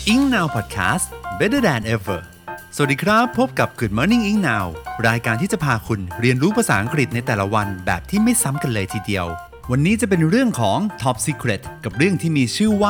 Ink Now Podcast Better Than Ever สวัสดีครับพบกับ Good Morning Ink Now รายการที่จะพาคุณเรียนรู้ภาษาอังกฤษในแต่ละวันแบบที่ไม่ซ้ำกันเลยทีเดียววันนี้จะเป็นเรื่องของ Top Secret กับเรื่องที่มีชื่อว่า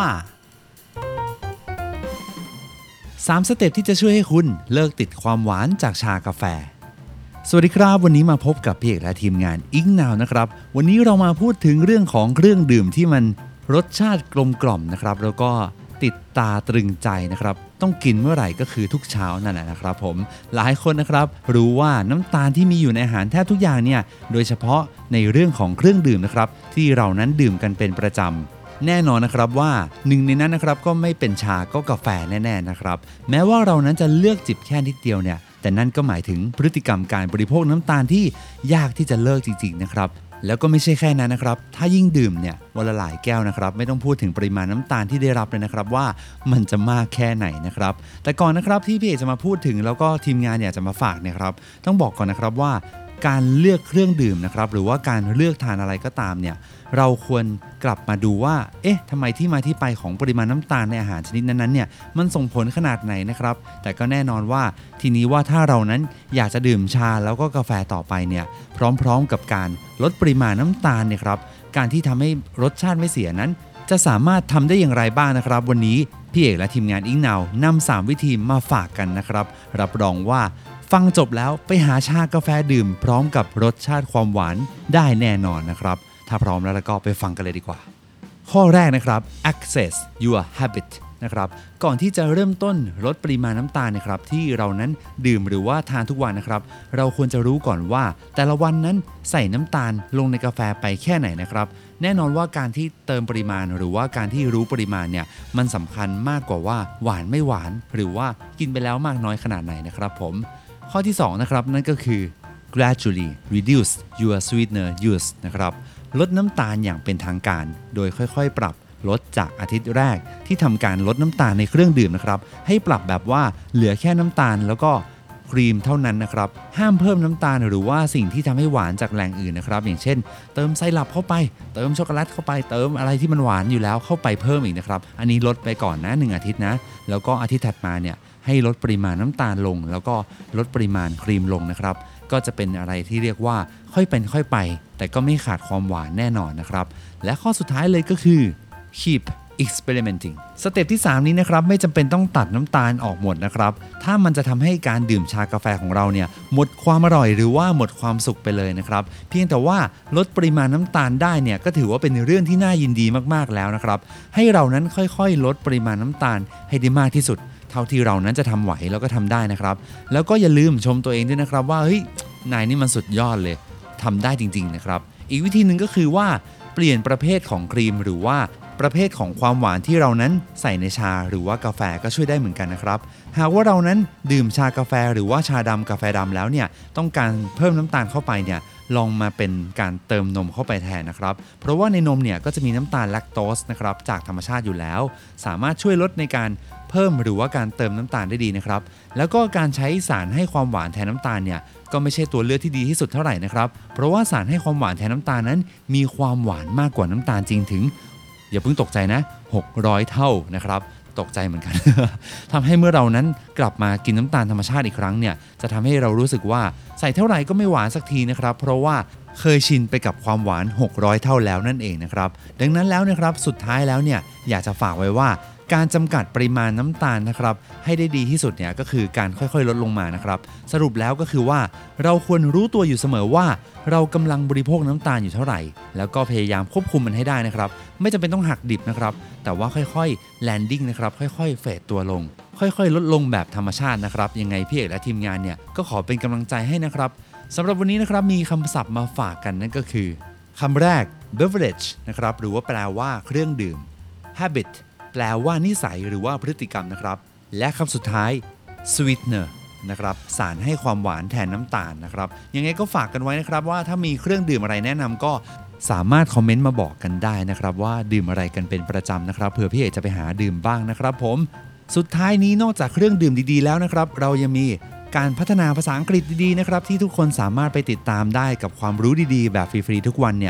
3 สเต็ปที่จะช่วยให้คุณเลิกติดความหวานจากชากาแฟสวัสดีครับวันนี้มาพบกับพี่เอกและทีมงาน Ink Now นะครับวันนี้เรามาพูดถึงเรื่องของเครื่องดื่มที่มันรสชาติกลมกล่อมนะครับแล้วก็ติดตาตรึงใจนะครับต้องกินเมื่อไหร่ก็คือทุกเช้านั่นแหละนะครับผมหลายคนนะครับรู้ว่าน้ำตาลที่มีอยู่ในอาหารแทบทุกอย่างเนี่ยโดยเฉพาะในเรื่องของเครื่องดื่มนะครับที่เรานั้นดื่มกันเป็นประจำแน่นอนนะครับว่าหนึ่งในนั้นนะครับก็ไม่เป็นชาก็กาแฟแน่ๆนะครับแม้ว่าเรานั้นจะเลือกจิบแค่นิดเดียวเนี่ยแต่นั่นก็หมายถึงพฤติกรรมการบริโภคน้ำตาลที่ยากที่จะเลิกจริงๆนะครับแล้วก็ไม่ใช่แค่นั้นนะครับถ้ายิ่งดื่มเนี่ยวันละหลายแก้วนะครับไม่ต้องพูดถึงปริมาณน้ำตาลที่ได้รับเลยนะครับว่ามันจะมากแค่ไหนนะครับแต่ก่อนนะครับที่พี่เอกจะมาพูดถึงแล้วก็ทีมงานอยากจะมาฝากเนี่ยครับต้องบอกก่อนนะครับว่าการเลือกเครื่องดื่มนะครับหรือว่าการเลือกทานอะไรก็ตามเนี่ยเราควรกลับมาดูว่าทำไมที่มาที่ไปของปริมาณน้ำตาลในอาหารชนิดนั้นๆเนี่ยมันส่งผลขนาดไหนนะครับแต่ก็แน่นอนว่าทีนี้ว่าถ้าเรานั้นอยากจะดื่มชาแล้วก็กาแฟต่อไปเนี่ยพร้อมๆกับการลดปริมาณน้ำตาลเนี่ยครับการที่ทำให้รสชาติไม่เสียนั้นจะสามารถทำได้อย่างไรบ้างนะครับวันนี้พี่เอกและทีมงาน Ink Now นำ3 วิธีมาฝากกันนะครับรับรองว่าฟังจบแล้วไปหาชากาแฟดื่มพร้อมกับรสชาติความหวานได้แน่นอนนะครับถ้าพร้อมแล้วก็ไปฟังกันเลยดีกว่าข้อแรกนะครับ access your habit นะครับก่อนที่จะเริ่มต้นลดปริมาณน้ำตาลนะครับที่เรานั้นดื่มหรือว่าทานทุกวันนะครับเราควรจะรู้ก่อนว่าแต่ละวันนั้นใส่น้ำตาลลงในกาแฟไปแค่ไหนนะครับแน่นอนว่าการที่เติมปริมาณหรือว่าการที่รู้ปริมาณเนี่ยมันสำคัญมากกว่าว่าหวานไม่หวานหรือว่ากินไปแล้วมากน้อยขนาดไหนนะครับผมข้อที่2นะครับนั่นก็คือ gradually reduce your sweetener use นะครับลดน้ำตาลอย่างเป็นทางการโดยค่อยๆปรับลดจากอาทิตย์แรกที่ทำการลดน้ำตาลในเครื่องดื่มนะครับให้ปรับแบบว่าเหลือแค่น้ำตาลแล้วก็ครีมเท่านั้นนะครับห้ามเพิ่มน้ำตาลหรือว่าสิ่งที่ทำให้หวานจากแหล่งอื่นนะครับอย่างเช่นเติมไซรัปเข้าไปเติมช็อกโกแลตเข้าไปเติมอะไรที่มันหวานอยู่แล้วเข้าไปเพิ่มอีกนะครับอันนี้ลดไปก่อนนะ1 อาทิตย์นะแล้วก็อาทิตย์ถัดมาเนี่ยให้ลดปริมาณน้ำตาลลงแล้วก็ลดปริมาณครีมลงนะครับก็จะเป็นอะไรที่เรียกว่าค่อยเป็นค่อยไปแต่ก็ไม่ขาดความหวานแน่นอนนะครับและข้อสุดท้ายเลยก็คือ keep experimenting สเต็ปที่3นี้นะครับไม่จำเป็นต้องตัดน้ำตาลออกหมดนะครับถ้ามันจะทำให้การดื่มชากาแฟของเราเนี่ยหมดความอร่อยหรือว่าหมดความสุขไปเลยนะครับเพียงแต่ว่าลดปริมาณน้ำตาลได้เนี่ยก็ถือว่าเป็นเรื่องที่น่ายินดีมากๆแล้วนะครับให้เรานั้นค่อยๆลดปริมาณน้ำตาลให้ได้มากที่สุดเท่าที่เรานั้นจะทำไหวแล้วก็ทำได้นะครับแล้วก็อย่าลืมชมตัวเองด้วยนะครับว่าเฮ้ยนายนี่มันสุดยอดเลยทำได้จริงๆนะครับอีกวิธีหนึ่งก็คือว่าเปลี่ยนประเภทของครีมหรือว่าประเภทของความหวานที่เรานั้นใส่ในชาหรือว่ากาแฟก็ช่วยได้เหมือนกันนะครับหากว่าเรานั้นดื่มชากาแฟหรือว่าชาดำกาแฟดำแล้วเนี่ยต้องการเพิ่มน้ำตาลเข้าไปเนี่ยลองมาเป็นการเติมนมเข้าไปแทนนะครับเพราะว่าในนมเนี่ยก็จะมีน้ำตาลแลคโตสนะครับจากธรรมชาติอยู่แล้วสามารถช่วยลดในการเพิ่มหรือว่าการเติมน้ำตาลได้ดีนะครับแล้วก็การใช้สารให้ความหวานแทนน้ำตาลเนี่ยก็ไม่ใช่ตัวเลือกที่ดีที่สุดเท่าไหร่นะครับเพราะว่าสารให้ความหวานแทนน้ำตาลนั้นมีความหวานมากกว่าน้ำตาลจริงถึงอย่าเพิ่งตกใจนะ600 เท่านะครับตกใจเหมือนกัน ทำให้เมื่อเรานั้นกลับมากินน้ำตาลธรรมชาติอีกครั้งเนี่ยจะทำให้เรารู้สึกว่าใส่เท่าไหร่ก็ไม่หวานสักทีนะครับเพราะว่าเคยชินไปกับความหวาน600 เท่าแล้วนั่นเองนะครับดังนั้นแล้วนะครับสุดท้ายแล้วเนี่ยอยากจะฝากไว้ว่าการจำกัดปริมาณน้ำตาลนะครับให้ได้ดีที่สุดเนี่ยก็คือการค่อยๆลดลงมานะครับสรุปแล้วก็คือว่าเราควรรู้ตัวอยู่เสมอว่าเรากำลังบริโภคน้ำตาลอยู่เท่าไหร่แล้วก็พยายามควบคุมมันให้ได้นะครับไม่จำเป็นต้องหักดิบนะครับแต่ว่าค่อยๆแลนดิ้งนะครับค่อยๆเฟดตัวลงค่อยๆลดลงแบบธรรมชาตินะครับยังไงพี่เอกและทีมงานเนี่ยก็ขอเป็นกำลังใจให้นะครับสำหรับวันนี้นะครับมีคำศัพท์มาฝากกันนั่นก็คือคำแรก beverage นะครับหรือว่าแปลว่าเครื่องดื่ม habitแปลว่านิสัยหรือว่าพฤติกรรมนะครับและคำสุดท้าย sweetener นะครับสารให้ความหวานแทนน้ำตาลนะครับยังไงก็ฝากกันไว้นะครับว่าถ้ามีเครื่องดื่มอะไรแนะนำก็สามารถคอมเมนต์มาบอกกันได้นะครับว่าดื่มอะไรกันเป็นประจำนะครับเผื่อพี่เอกจะไปหาดื่มบ้างนะครับผมสุดท้ายนี้นอกจากเครื่องดื่มดีๆแล้วนะครับเรายังมีการพัฒนาภาษาอังกฤษดีๆนะครับที่ทุกคนสามารถไปติดตามได้กับความรู้ดีๆแบบฟรีๆทุกวันเนี่ย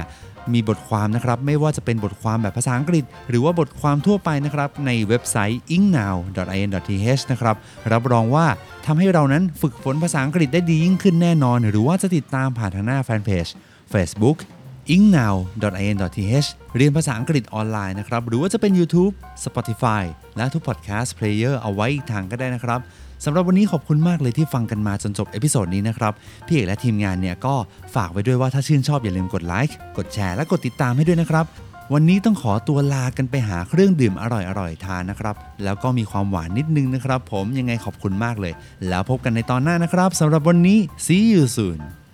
มีบทความนะครับไม่ว่าจะเป็นบทความแบบภาษาอังกฤษหรือว่าบทความทั่วไปนะครับในเว็บไซต์ ingnow.in.th นะครับรับรองว่าทำให้เรานั้นฝึกฝนภาษาอังกฤษได้ดียิ่งขึ้นแน่นอนหรือว่าจะติดตามผ่านทางหน้าแฟนเพจ Facebook ingnow.in.th เรียนภาษาอังกฤษออนไลน์นะครับหรือว่าจะเป็น YouTube Spotify และทุก Podcast Player เอาไว้อีกทางก็ได้นะครับสำหรับวันนี้ขอบคุณมากเลยที่ฟังกันมาจนจบเอพิโซดนี้นะครับพี่เอกและทีมงานเนี่ยก็ฝากไว้ด้วยว่าถ้าชื่นชอบอย่าลืมกดไลค์กดแชร์และกดติดตามให้ด้วยนะครับวันนี้ต้องขอตัวลากันไปหาเครื่องดื่มอร่อยๆทานนะครับแล้วก็มีความหวานนิดนึงนะครับผมยังไงขอบคุณมากเลยแล้วพบกันในตอนหน้านะครับสำหรับวันนี้ See you soon